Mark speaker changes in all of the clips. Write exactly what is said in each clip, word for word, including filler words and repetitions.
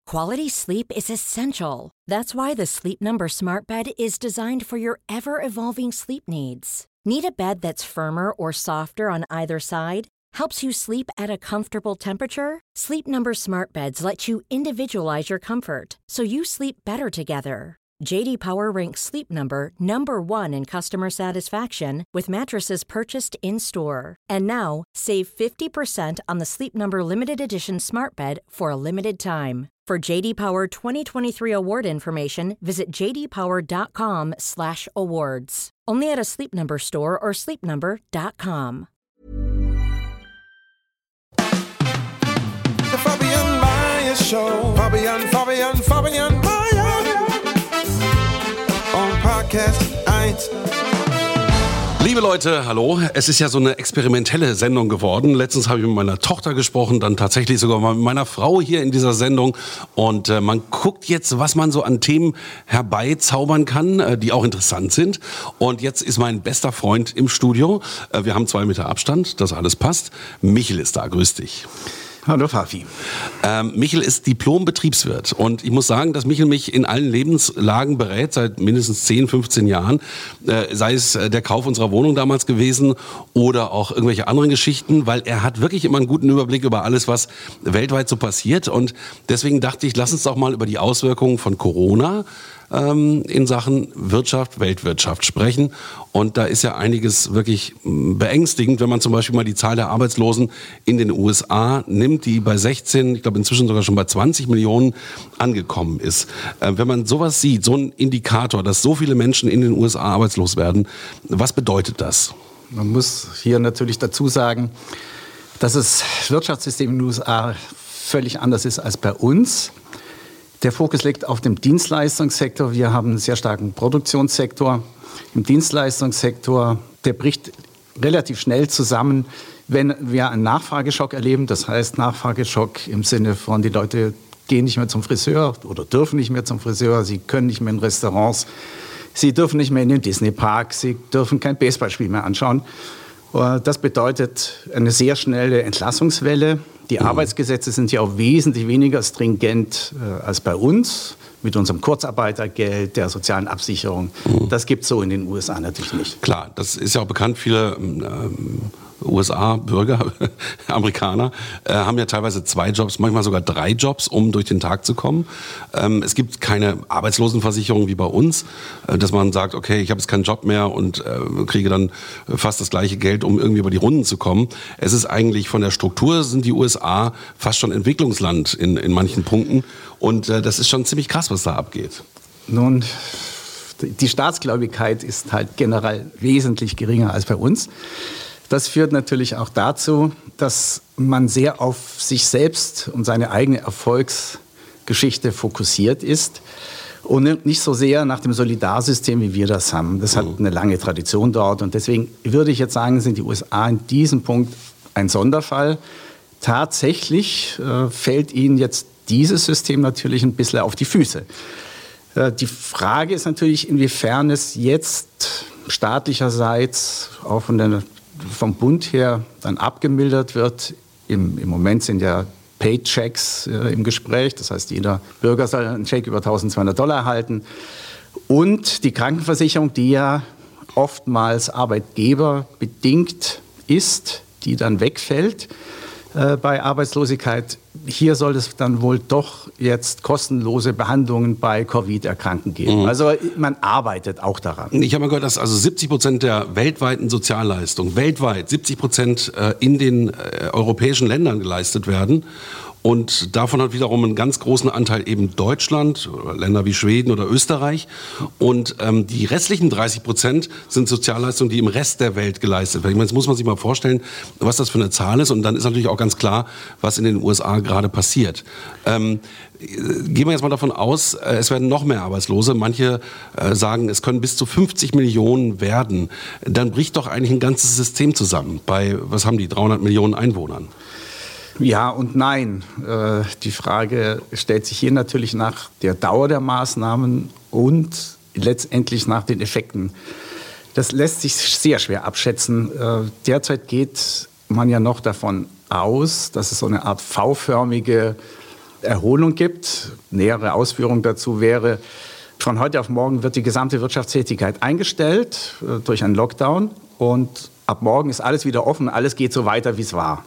Speaker 1: Quality sleep is essential. That's why the Sleep Number Smart Bed is designed for your ever-evolving sleep needs. Need a bed that's firmer or softer on either side? Helps you sleep at a comfortable temperature? Sleep Number Smart Beds let you individualize your comfort, so you sleep better together. J D Power ranks Sleep Number number one in customer satisfaction with mattresses purchased in-store. And now, save fifty percent on the Sleep Number Limited Edition Smart Bed for a limited time. For J D Power twenty twenty-three award information, visit j d power dot com slash awards. Only at a Sleep Number store or sleep number dot com.
Speaker 2: The Fabian Meyer Show. Fabian, Fabian, Fabian Meyer. On Podcast eins.
Speaker 3: Liebe Leute, hallo. Es ist ja so eine experimentelle Sendung geworden. Letztens habe ich mit meiner Tochter gesprochen, dann tatsächlich sogar mal mit meiner Frau hier in dieser Sendung. Und äh, man guckt jetzt, was man so an Themen herbeizaubern kann, äh, die auch interessant sind. Und jetzt ist mein bester Freund im Studio. Äh, wir haben zwei Meter Abstand, das alles passt. Michel ist da, grüß dich.
Speaker 4: Hallo Fafi.
Speaker 3: Ähm, Michel ist Diplom-Betriebswirt und ich muss sagen, dass Michel mich in allen Lebenslagen berät, seit mindestens zehn, fünfzehn Jahren, äh, sei es der Kauf unserer Wohnung damals gewesen oder auch irgendwelche anderen Geschichten, weil er hat wirklich immer einen guten Überblick über alles, was weltweit so passiert, und deswegen dachte ich, lass uns doch mal über die Auswirkungen von Corona ähm, in Sachen Wirtschaft, Weltwirtschaft sprechen. Und da ist ja einiges wirklich beängstigend, wenn man zum Beispiel mal die Zahl der Arbeitslosen in den U S A nimmt, die bei sechzehn, ich glaube inzwischen sogar schon bei zwanzig Millionen angekommen ist. Äh, wenn man sowas sieht, so ein Indikator, dass so viele Menschen in den U S A arbeitslos werden, was bedeutet das?
Speaker 4: Man muss hier natürlich dazu sagen, dass das Wirtschaftssystem in den U S A völlig anders ist als bei uns. Der Fokus liegt auf dem Dienstleistungssektor. Wir haben einen sehr starken Produktionssektor. Im Dienstleistungssektor, der bricht relativ schnell zusammen, wenn wir einen Nachfrageschock erleben. Das heißt, Nachfrageschock im Sinne von, die Leute gehen nicht mehr zum Friseur oder dürfen nicht mehr zum Friseur, sie können nicht mehr in Restaurants, sie dürfen nicht mehr in den Disney-Park, sie dürfen kein Baseballspiel mehr anschauen. Das bedeutet eine sehr schnelle Entlassungswelle. Die Arbeitsgesetze sind ja auch wesentlich weniger stringent äh, als bei uns, mit unserem Kurzarbeitergeld, der sozialen Absicherung. Mhm. Das gibt es so in den U S A natürlich nicht.
Speaker 3: Klar, das ist ja auch bekannt. Viele ähm, U S A-Bürger, Amerikaner, äh, haben ja teilweise zwei Jobs, manchmal sogar drei Jobs, um durch den Tag zu kommen. Ähm, es gibt keine Arbeitslosenversicherung wie bei uns, äh, dass man sagt, okay, ich habe jetzt keinen Job mehr und äh, kriege dann fast das gleiche Geld, um irgendwie über die Runden zu kommen. Es ist eigentlich von der Struktur, sind die U S A fast schon Entwicklungsland in, in manchen Punkten. Und äh, das ist schon ziemlich krass, was da abgeht.
Speaker 4: Nun, die Staatsgläubigkeit ist halt generell wesentlich geringer als bei uns. Das führt natürlich auch dazu, dass man sehr auf sich selbst und seine eigene Erfolgsgeschichte fokussiert ist und nicht so sehr nach dem Solidarsystem, wie wir das haben. Das hat eine lange Tradition dort, und deswegen würde ich jetzt sagen, sind die U S A in diesem Punkt ein Sonderfall. Tatsächlich äh, fällt ihnen jetzt dieses System natürlich ein bisschen auf die Füße. Äh, die Frage ist natürlich, inwiefern es jetzt staatlicherseits auch von der vom Bund her dann abgemildert wird. Im, im Moment sind ja Paychecks äh, im Gespräch. Das heißt, jeder Bürger soll einen Check über eintausendzweihundert Dollar erhalten. Und die Krankenversicherung, die ja oftmals arbeitgeberbedingt ist, die dann wegfällt äh, bei Arbeitslosigkeit. Hier soll es dann wohl doch jetzt kostenlose Behandlungen bei Covid-Erkrankten geben. Mhm. Also man arbeitet auch daran.
Speaker 3: Ich habe mal gehört, dass also siebzig Prozent der weltweiten Sozialleistung, weltweit siebzig Prozent in den europäischen Ländern geleistet werden. Und davon hat wiederum einen ganz großen Anteil eben Deutschland, oder Länder wie Schweden oder Österreich. Und ähm, die restlichen dreißig Prozent sind Sozialleistungen, die im Rest der Welt geleistet werden. Ich meine, jetzt muss man sich mal vorstellen, was das für eine Zahl ist. Und dann ist natürlich auch ganz klar, was in den U S A gerade passiert. Ähm, gehen wir jetzt mal davon aus, es werden noch mehr Arbeitslose. Manche äh, sagen, es können bis zu fünfzig Millionen werden. Dann bricht doch eigentlich ein ganzes System zusammen bei, was haben die, dreihundert Millionen Einwohnern.
Speaker 4: Ja und nein. Äh, die Frage stellt sich hier natürlich nach der Dauer der Maßnahmen und letztendlich nach den Effekten. Das lässt sich sehr schwer abschätzen. Äh, derzeit geht man ja noch davon aus, dass es so eine Art V-förmige Erholung gibt. Nähere Ausführung dazu wäre, von heute auf morgen wird die gesamte Wirtschaftstätigkeit eingestellt äh, durch einen Lockdown und ab morgen ist alles wieder offen, alles geht so weiter, wie es war.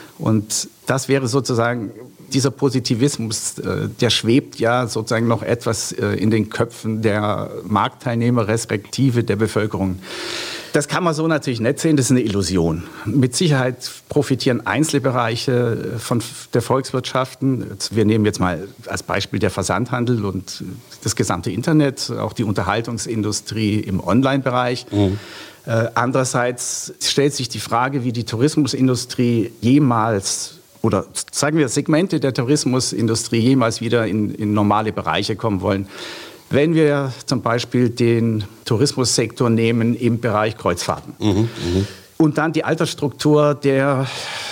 Speaker 4: Und das wäre sozusagen dieser Positivismus, äh, der schwebt ja sozusagen noch etwas äh, in den Köpfen der Marktteilnehmer respektive der Bevölkerung. Das kann man so natürlich nicht sehen, das ist eine Illusion. Mit Sicherheit profitieren einzelne Bereiche von der Volkswirtschaften. Wir nehmen jetzt mal als Beispiel der Versandhandel und das gesamte Internet, auch die Unterhaltungsindustrie im Online-Bereich. Mhm. Äh, andererseits stellt sich die Frage, wie die Tourismusindustrie jemals oder sagen wir Segmente der Tourismusindustrie jemals wieder in, in normale Bereiche kommen wollen. Wenn wir zum Beispiel den Tourismussektor nehmen im Bereich Kreuzfahrten mhm, mh. und dann die Altersstruktur der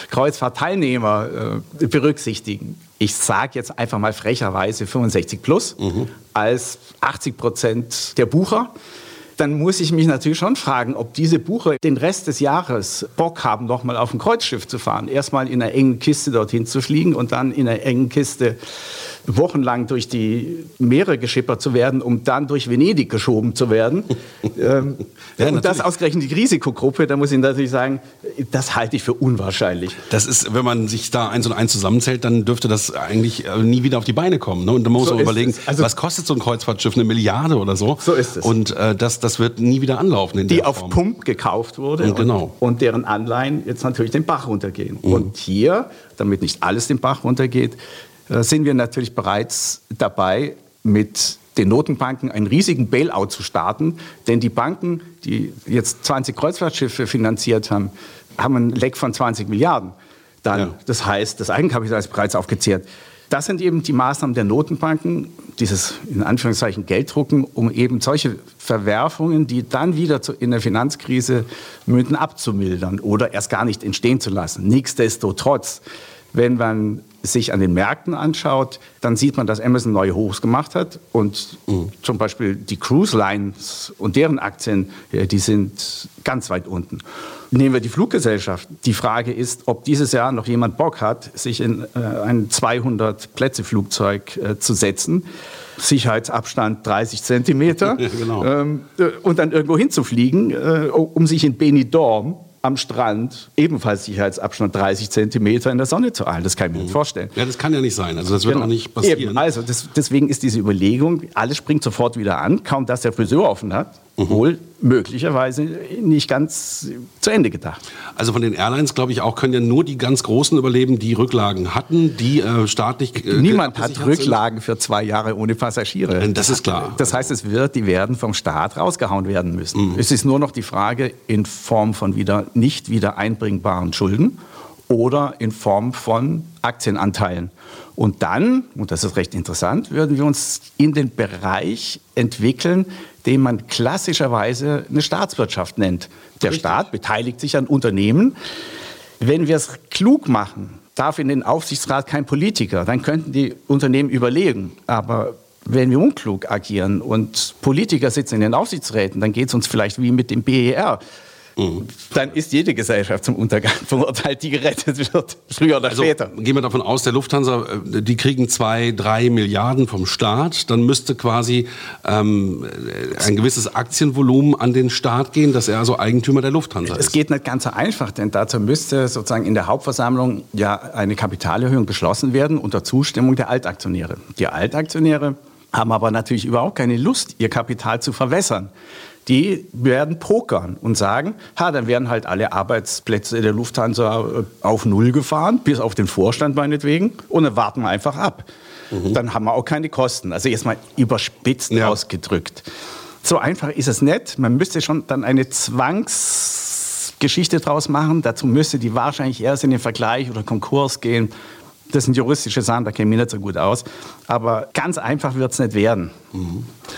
Speaker 4: Kreuzfahrtteilnehmer äh, berücksichtigen. Ich sage jetzt einfach mal frecherweise fünfundsechzig plus mhm. als achtzig Prozent der Bucher. Dann muss ich mich natürlich schon fragen, ob diese Bucher den Rest des Jahres Bock haben, noch mal auf ein Kreuzschiff zu fahren. Erstmal in einer engen Kiste dorthin zu fliegen und dann in einer engen Kiste wochenlang durch die Meere geschippert zu werden, um dann durch Venedig geschoben zu werden. ähm, ja, und das ausgerechnet die Risikogruppe, da muss ich natürlich sagen, das halte ich für unwahrscheinlich.
Speaker 3: Das ist, wenn man sich da eins und eins zusammenzählt, dann dürfte das eigentlich nie wieder auf die Beine kommen. Ne? Und dann muss man so überlegen, also, was kostet so ein Kreuzfahrtschiff, eine Milliarde oder so?
Speaker 4: So ist es.
Speaker 3: Und äh, das, das wird nie wieder anlaufen. In
Speaker 4: die
Speaker 3: der
Speaker 4: auf
Speaker 3: Form.
Speaker 4: Pump gekauft wurde und,
Speaker 3: genau.
Speaker 4: und deren Anleihen jetzt natürlich den Bach runtergehen. Mhm. Und hier, damit nicht alles den Bach runtergeht, sind wir natürlich bereits dabei, mit den Notenbanken einen riesigen Bailout zu starten. Denn die Banken, die jetzt zwanzig Kreuzfahrtschiffe finanziert haben, haben einen Leck von zwanzig Milliarden. Dann, ja. Das heißt, das Eigenkapital ist bereits aufgezehrt. Das sind eben die Maßnahmen der Notenbanken, dieses in Anführungszeichen Gelddrucken, um eben solche Verwerfungen, die dann wieder in der Finanzkrise münden, abzumildern oder erst gar nicht entstehen zu lassen. Nichtsdestotrotz, wenn man sich an den Märkten anschaut, dann sieht man, dass Amazon neue Hochs gemacht hat und mhm. zum Beispiel die Cruise Lines und deren Aktien, die sind ganz weit unten. Nehmen wir die Fluggesellschaften. Die Frage ist, ob dieses Jahr noch jemand Bock hat, sich in äh, ein zweihundert-Plätze-Flugzeug äh, zu setzen, Sicherheitsabstand dreißig Zentimeter genau. ähm, und dann irgendwo hinzufliegen, äh, um sich in Benidorm am Strand ebenfalls Sicherheitsabstand dreißig Zentimeter in der Sonne zu eilen. Das kann ich mir mhm. nicht vorstellen.
Speaker 3: Ja, das kann ja nicht sein. Also das wird genau. auch nicht passieren.
Speaker 4: Eben. Also das, deswegen ist diese Überlegung, alles springt sofort wieder an, kaum dass der Friseur offen hat, mhm. wohl möglicherweise nicht ganz zu Ende gedacht.
Speaker 3: Also von den Airlines, glaube ich, auch können ja nur die ganz Großen überleben, die Rücklagen hatten, die äh, staatlich äh,
Speaker 4: Niemand hat Rücklagen sind. Für zwei Jahre ohne Passagiere.
Speaker 3: Das ist klar.
Speaker 4: Das heißt, es wird, die werden vom Staat rausgehauen werden müssen. Mhm. Es ist nur noch die Frage in Form von wieder nicht wieder einbringbaren Schulden oder in Form von Aktienanteilen. Und dann, und das ist recht interessant, würden wir uns in den Bereich entwickeln, den man klassischerweise eine Staatswirtschaft nennt. Der Richtig. Staat beteiligt sich an Unternehmen. Wenn wir es klug machen, darf in den Aufsichtsrat kein Politiker, dann könnten die Unternehmen überlegen. Aber wenn wir unklug agieren und Politiker sitzen in den Aufsichtsräten, dann geht es uns vielleicht wie mit dem B E R. Mhm. Dann ist jede Gesellschaft zum Untergang verurteilt, die gerettet wird, früher oder
Speaker 3: also,
Speaker 4: später.
Speaker 3: Gehen wir davon aus, der Lufthansa, die kriegen zwei, drei Milliarden vom Staat, dann müsste quasi ähm, ein gewisses Aktienvolumen an den Staat gehen, dass er also Eigentümer der Lufthansa ist.
Speaker 4: Es geht nicht ganz so einfach, denn dazu müsste sozusagen in der Hauptversammlung ja eine Kapitalerhöhung beschlossen werden unter Zustimmung der Altaktionäre. Die Altaktionäre haben aber natürlich überhaupt keine Lust, ihr Kapital zu verwässern. Die werden pokern und sagen, ha, dann werden halt alle Arbeitsplätze der Lufthansa auf Null gefahren, bis auf den Vorstand meinetwegen, und dann warten wir einfach ab. Mhm. Dann haben wir auch keine Kosten. Also jetzt mal überspitzt ja. ausgedrückt. So einfach ist es nicht. Man müsste schon dann eine Zwangsgeschichte draus machen. Dazu müsste die wahrscheinlich erst in den Vergleich oder Konkurs gehen. Das sind juristische Sachen, da kenne ich mich nicht so gut aus. Aber ganz einfach wird es nicht werden.
Speaker 3: Mhm.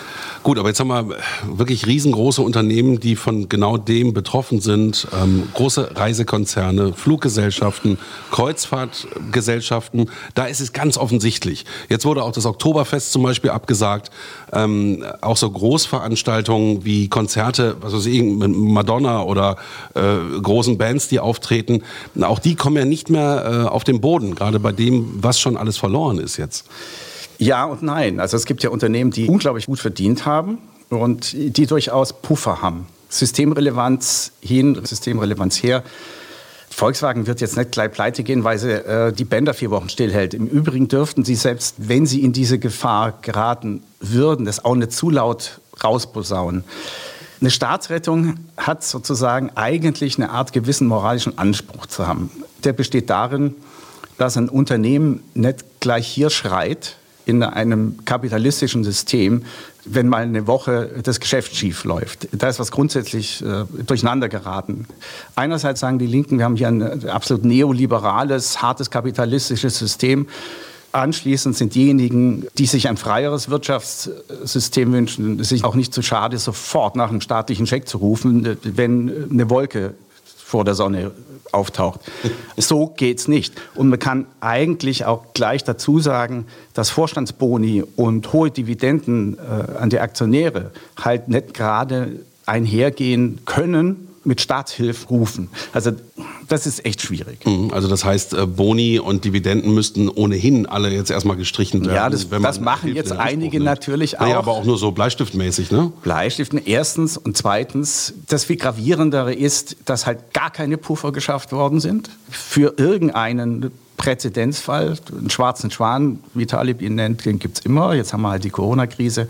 Speaker 3: Gut, aber jetzt haben wir wirklich riesengroße Unternehmen, die von genau dem betroffen sind. Ähm, große Reisekonzerne, Fluggesellschaften, Kreuzfahrtgesellschaften. Da ist es ganz offensichtlich. Jetzt wurde auch das Oktoberfest zum Beispiel abgesagt. Ähm, auch so Großveranstaltungen wie Konzerte, was weiß ich, mit Madonna oder äh, großen Bands, die auftreten. Auch die kommen ja nicht mehr äh, auf den Boden, gerade bei dem, was schon alles verloren ist jetzt.
Speaker 4: Ja und nein. Also es gibt ja Unternehmen, die unglaublich gut verdient haben und die durchaus Puffer haben. Systemrelevanz hin, Systemrelevanz her. Volkswagen wird jetzt nicht gleich pleite gehen, weil sie äh, die Bänder vier Wochen stillhält. Im Übrigen dürften sie, selbst wenn sie in diese Gefahr geraten würden, das auch nicht zu laut rausposaunen. Eine Staatsrettung hat sozusagen eigentlich eine Art gewissen moralischen Anspruch zu haben. Der besteht darin, dass ein Unternehmen nicht gleich hier schreit, in einem kapitalistischen System, wenn mal eine Woche das Geschäft schief läuft. Da ist was grundsätzlich äh, durcheinander geraten. Einerseits sagen die Linken, wir haben hier ein absolut neoliberales, hartes kapitalistisches System. Anschließend sind diejenigen, die sich ein freieres Wirtschaftssystem wünschen, sich auch nicht zu schade, sofort nach einem staatlichen Scheck zu rufen, wenn eine Wolke vor der Sonne auftaucht. So geht's nicht. Und man kann eigentlich auch gleich dazu sagen, dass Vorstandsboni und hohe Dividenden äh, an die Aktionäre halt nicht gerade einhergehen können mit Staatshilfrufen. Also das ist echt schwierig.
Speaker 3: Also das heißt, Boni und Dividenden müssten ohnehin alle jetzt erstmal gestrichen werden.
Speaker 4: Ja, das,
Speaker 3: wenn man
Speaker 4: das machen jetzt einige nimmt. Natürlich auch.
Speaker 3: Naja, aber auch nur so bleistiftmäßig, ne?
Speaker 4: Bleistiften erstens und zweitens, das viel gravierendere ist, dass halt gar keine Puffer geschafft worden sind für irgendeinen Präzedenzfall. Einen schwarzen Schwan, wie Taleb ihn nennt, den gibt es immer. Jetzt haben wir halt die Corona-Krise.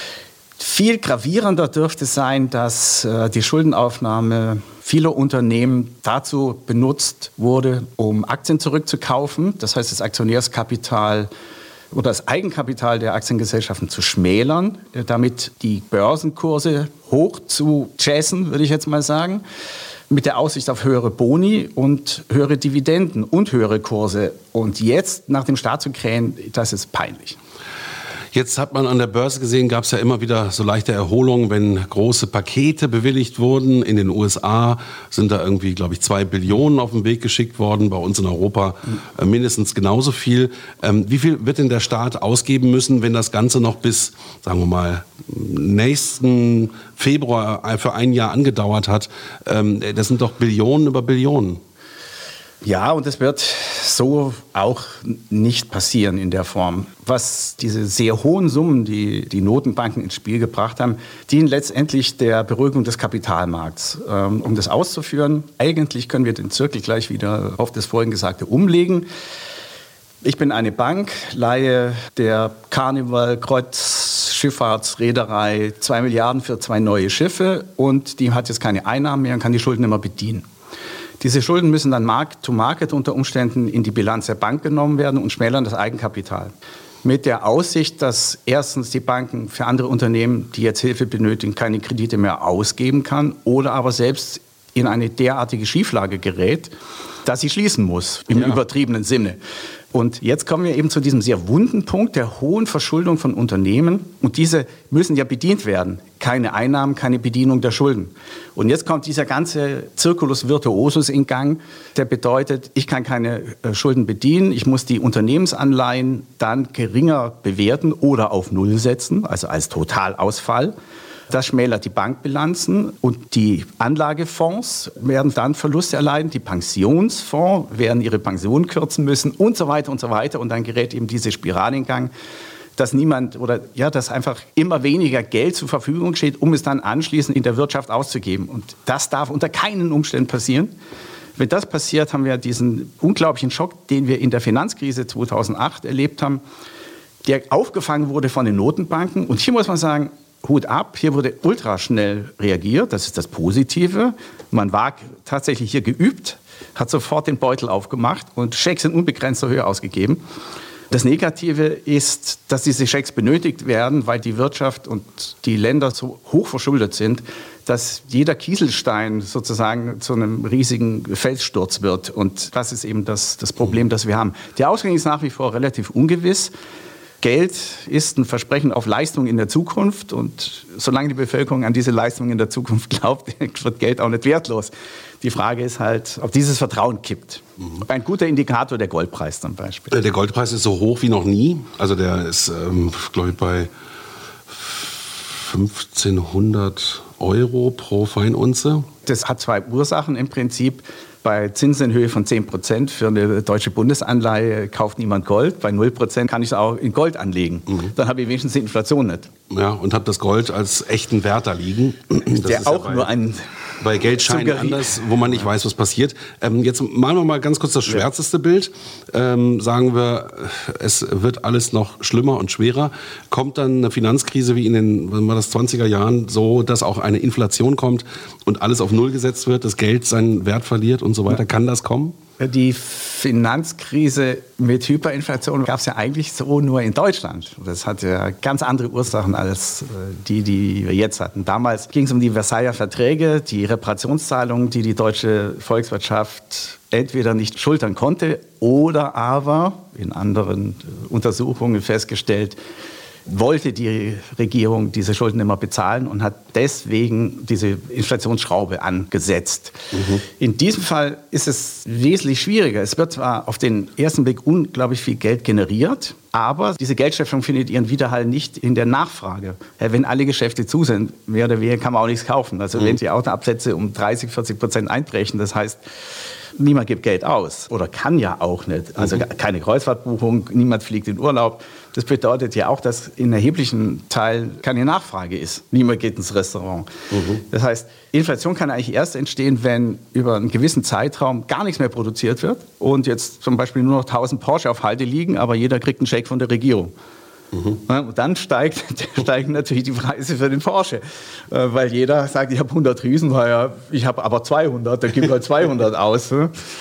Speaker 4: Viel gravierender dürfte sein, dass äh, die Schuldenaufnahme vieler Unternehmen dazu benutzt wurde, um Aktien zurückzukaufen. Das heißt, das Aktionärskapital oder das Eigenkapital der Aktiengesellschaften zu schmälern, äh, damit die Börsenkurse hoch zu jazzen, würde ich jetzt mal sagen, mit der Aussicht auf höhere Boni und höhere Dividenden und höhere Kurse. Und jetzt nach dem Start zu krähen, das ist peinlich.
Speaker 3: Jetzt hat man an der Börse gesehen, gab es ja immer wieder so leichte Erholungen, wenn große Pakete bewilligt wurden. In den U S A sind da irgendwie, glaube ich, zwei Billionen auf den Weg geschickt worden. Bei uns in Europa äh, mindestens genauso viel. Ähm, wie viel wird denn der Staat ausgeben müssen, wenn das Ganze noch bis, sagen wir mal, nächsten Februar für ein Jahr angedauert hat? Ähm, das sind doch Billionen über Billionen.
Speaker 4: Ja, und das wird so auch nicht passieren in der Form. Was diese sehr hohen Summen, die die Notenbanken ins Spiel gebracht haben, dienen letztendlich der Beruhigung des Kapitalmarkts. Ähm, um das auszuführen, eigentlich können wir den Zirkel gleich wieder auf das vorhin Gesagte umlegen. Ich bin eine Bank, leihe der Carnival Kreuzschifffahrtsreederei zwei Milliarden für zwei neue Schiffe und die hat jetzt keine Einnahmen mehr und kann die Schulden immer bedienen. Diese Schulden müssen dann Mark-to-Market unter Umständen in die Bilanz der Bank genommen werden und schmälern das Eigenkapital. Mit der Aussicht, dass erstens die Banken für andere Unternehmen, die jetzt Hilfe benötigen, keine Kredite mehr ausgeben kann oder aber selbst in eine derartige Schieflage gerät, dass sie schließen muss, im ja. übertriebenen Sinne. Und jetzt kommen wir eben zu diesem sehr wunden Punkt der hohen Verschuldung von Unternehmen. Und diese müssen ja bedient werden. Keine Einnahmen, keine Bedienung der Schulden. Und jetzt kommt dieser ganze Circulus virtuosus in Gang, der bedeutet, ich kann keine äh, Schulden bedienen, ich muss die Unternehmensanleihen dann geringer bewerten oder auf Null setzen, also als Totalausfall. Das schmälert die Bankbilanzen und die Anlagefonds werden dann Verluste erleiden. Die Pensionsfonds werden ihre Pensionen kürzen müssen und so weiter und so weiter. Und dann gerät eben diese Spirale in Gang, dass niemand oder ja, dass einfach immer weniger Geld zur Verfügung steht, um es dann anschließend in der Wirtschaft auszugeben. Und das darf unter keinen Umständen passieren. Wenn das passiert, haben wir diesen unglaublichen Schock, den wir in der Finanzkrise zweitausendacht erlebt haben, der aufgefangen wurde von den Notenbanken. Und hier muss man sagen, Hut ab, hier wurde ultraschnell reagiert, das ist das Positive. Man war tatsächlich hier geübt, hat sofort den Beutel aufgemacht und Schecks in unbegrenzter Höhe ausgegeben. Das Negative ist, dass diese Schecks benötigt werden, weil die Wirtschaft und die Länder so hoch verschuldet sind, dass jeder Kieselstein sozusagen zu einem riesigen Felssturz wird. Und das ist eben das, das Problem, das wir haben. Der Ausgang ist nach wie vor relativ ungewiss. Geld ist ein Versprechen auf Leistung in der Zukunft und solange die Bevölkerung an diese Leistung in der Zukunft glaubt, wird Geld auch nicht wertlos. Die Frage ist halt, ob dieses Vertrauen kippt. Mhm. Ein guter Indikator der Goldpreis zum Beispiel.
Speaker 3: Der Goldpreis ist so hoch wie noch nie. Also der ist, ähm, glaube ich, bei fünfzehnhundert Euro pro Feinunze.
Speaker 4: Das hat zwei Ursachen im Prinzip. Bei Zinsen in Höhe von zehn Prozent für eine deutsche Bundesanleihe kauft niemand Gold. Bei null Prozent kann ich es auch in Gold anlegen. Mhm. Dann habe ich wenigstens die Inflation nicht.
Speaker 3: Ja, und habe das Gold als echten Wert da liegen. Das
Speaker 4: der auch ja bei, nur ein...
Speaker 3: Bei Geldscheinen anders, wo man nicht weiß, was passiert. Ähm, jetzt machen wir mal ganz kurz das schwärzeste ja. Bild. Ähm, sagen wir, es wird alles noch schlimmer und schwerer. Kommt dann eine Finanzkrise wie in den wenn man das zwanziger Jahren so, dass auch eine Inflation kommt und alles auf Null gesetzt wird, das Geld seinen Wert verliert und so weiter? Kann das kommen?
Speaker 4: Die Finanzkrise mit Hyperinflation gab es ja eigentlich so nur in Deutschland. Das hat ja ganz andere Ursachen als die, die wir jetzt hatten. Damals ging es um die Versailler Verträge, die Reparationszahlungen, die die deutsche Volkswirtschaft entweder nicht schultern konnte oder aber in anderen Untersuchungen festgestellt, wollte die Regierung diese Schulden immer bezahlen und hat deswegen diese Inflationsschraube angesetzt. Mhm. In diesem Fall ist es wesentlich schwieriger. Es wird zwar auf den ersten Blick unglaublich viel Geld generiert, aber diese Geldschöpfung findet ihren Widerhall nicht in der Nachfrage. Wenn alle Geschäfte zu sind, mehr oder weniger kann man auch nichts kaufen. Also mhm. wenn die Autoabsätze um dreißig, vierzig Prozent einbrechen, das heißt, niemand gibt Geld aus oder kann ja auch nicht. Also mhm. keine Kreuzfahrtbuchung, niemand fliegt in Urlaub. Das bedeutet ja auch, dass in erheblichen Teilen keine Nachfrage ist. Niemand geht ins Restaurant. Mhm. Das heißt, Inflation kann eigentlich erst entstehen, wenn über einen gewissen Zeitraum gar nichts mehr produziert wird und jetzt zum Beispiel nur noch tausend Porsche auf Halde liegen, aber jeder kriegt einen Scheck von der Regierung. Mhm. Und dann steigt, steigen natürlich die Preise für den Porsche, weil jeder sagt, ich habe hundert Riesen, weil ich habe aber zweihundert, dann gib halt zweihundert aus.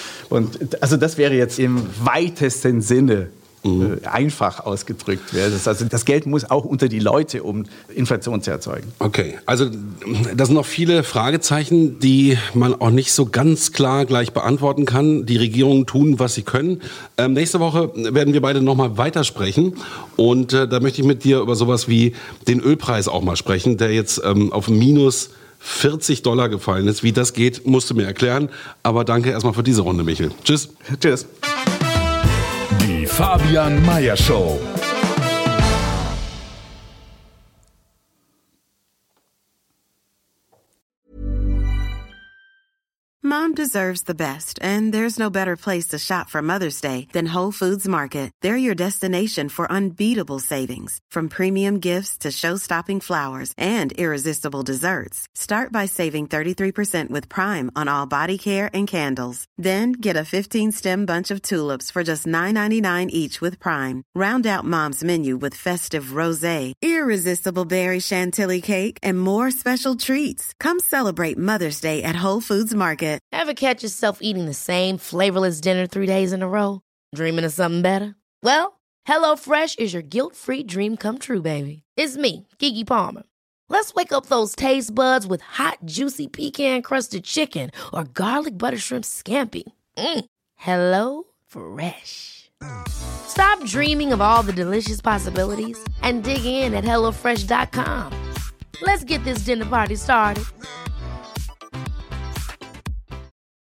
Speaker 4: Und also das wäre jetzt im weitesten Sinne Mhm. einfach ausgedrückt wird. Also das Geld muss auch unter die Leute, um Inflation zu erzeugen.
Speaker 3: Okay, also das sind noch viele Fragezeichen, die man auch nicht so ganz klar gleich beantworten kann. Die Regierungen tun, was sie können. Ähm, nächste Woche werden wir beide noch mal weitersprechen und äh, da möchte ich mit dir über sowas wie den Ölpreis auch mal sprechen, der jetzt ähm, auf minus vierzig Dollar gefallen ist. Wie das geht, musst du mir erklären. Aber danke erstmal für diese Runde, Michel. Tschüss.
Speaker 4: Tschüss.
Speaker 5: Die Fabian Meyer Show.
Speaker 6: Mom deserves the best, and there's no better place to shop for Mother's Day than Whole Foods Market. They're your destination for unbeatable savings, from premium gifts to show-stopping flowers and irresistible desserts. Start by saving thirty-three percent with Prime on all body care and candles. Then get a fifteen-stem bunch of tulips for just nine ninety-nine each with Prime. Round out Mom's menu with festive rosé, irresistible berry chantilly cake, and more special treats. Come celebrate Mother's Day at Whole Foods Market.
Speaker 7: Ever catch yourself eating the same flavorless dinner three days in a row? Dreaming of something better? Well, HelloFresh is your guilt-free dream come true, baby. It's me, Keke Palmer. Let's wake up those taste buds with hot, juicy pecan-crusted chicken or garlic butter shrimp scampi. Mm. Hello Fresh. Stop dreaming of all the delicious possibilities and dig in at hello fresh dot com. Let's get this dinner party started.